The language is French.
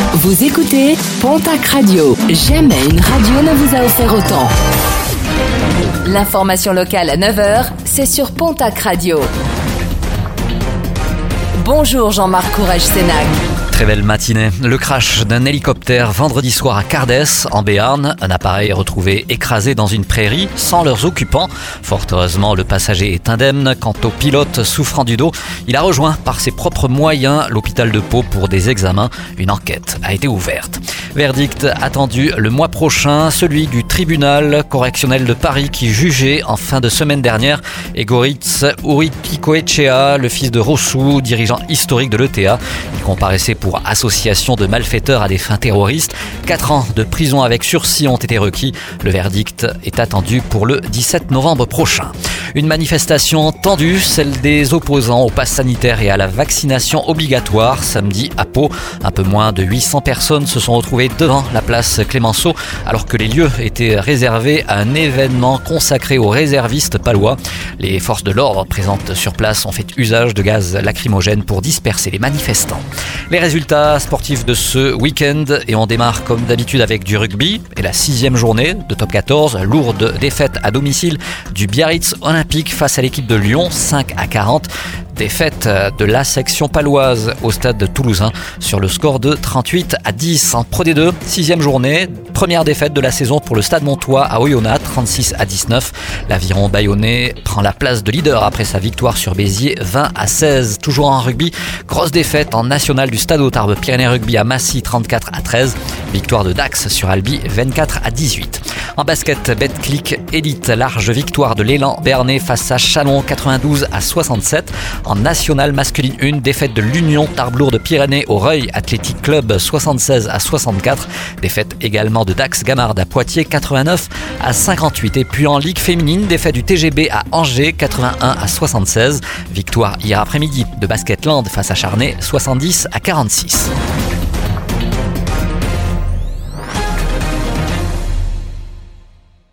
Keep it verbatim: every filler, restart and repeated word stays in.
Vous écoutez Pontac Radio. Jamais une radio ne vous a offert autant. L'information locale à neuf heures, c'est sur Pontac Radio. Bonjour Jean-Marc Courage-Sénac. Très belle matinée. Le crash d'un hélicoptère vendredi soir à Cardès, en Béarn. Un appareil retrouvé écrasé dans une prairie sans leurs occupants. Fort heureusement, le passager est indemne. Quant au pilote souffrant du dos, il a rejoint par ses propres moyens l'hôpital de Pau pour des examens. Une enquête a été ouverte. Verdict attendu le mois prochain, celui du tribunal correctionnel de Paris qui jugeait en fin de semaine dernière Egoritz Uripikoetxea, le fils de Rossou, dirigeant historique de l'E T A. Il comparaissait pour pour association de malfaiteurs à des fins terroristes. Quatre ans de prison avec sursis ont été requis. Le verdict est attendu pour le dix-sept novembre prochain. Une manifestation tendue, celle des opposants au pass sanitaire et à la vaccination obligatoire. Samedi à Pau, un peu moins de huit cents personnes se sont retrouvées devant la place Clémenceau alors que les lieux étaient réservés à un événement consacré aux réservistes palois. Les forces de l'ordre présentes sur place ont fait usage de gaz lacrymogène pour disperser les manifestants. Les résultats sportifs de ce week-end, et on démarre comme d'habitude avec du rugby et la sixième journée de top quatorze, lourde défaite à domicile du Biarritz Olympique face à l'équipe de Lyon, cinq à quarante. Défaite de la section paloise au stade toulousain sur le score de trente-huit à dix. En Pro D deux, sixième journée, première défaite de la saison pour le stade montois à Oyonnax, trente-six à dix-neuf. L'aviron bayonnais prend la place de leader après sa victoire sur Béziers, vingt à seize. Toujours en rugby, grosse défaite en national du stade Tarbes Pyrénées Rugby à Massy, trente-quatre à treize. Victoire de Dax sur Albi, vingt-quatre à dix-huit. En basket, Betclic Elite, large victoire de l'élan Bernay face à Chalon, quatre-vingt-douze à soixante-sept. En nationale masculine un, défaite de l'Union Tarbes-Lourdes Pyrénées au Reuil Athletic Club, soixante-seize à soixante-quatre. Défaite également de Dax Gamard à Poitiers, quatre-vingt-neuf à cinquante-huit. Et puis en Ligue féminine, défaite du T G B à Angers, quatre-vingt-un à soixante-seize. Victoire hier après-midi de Basketland face à Charnay, soixante-dix à quarante-six.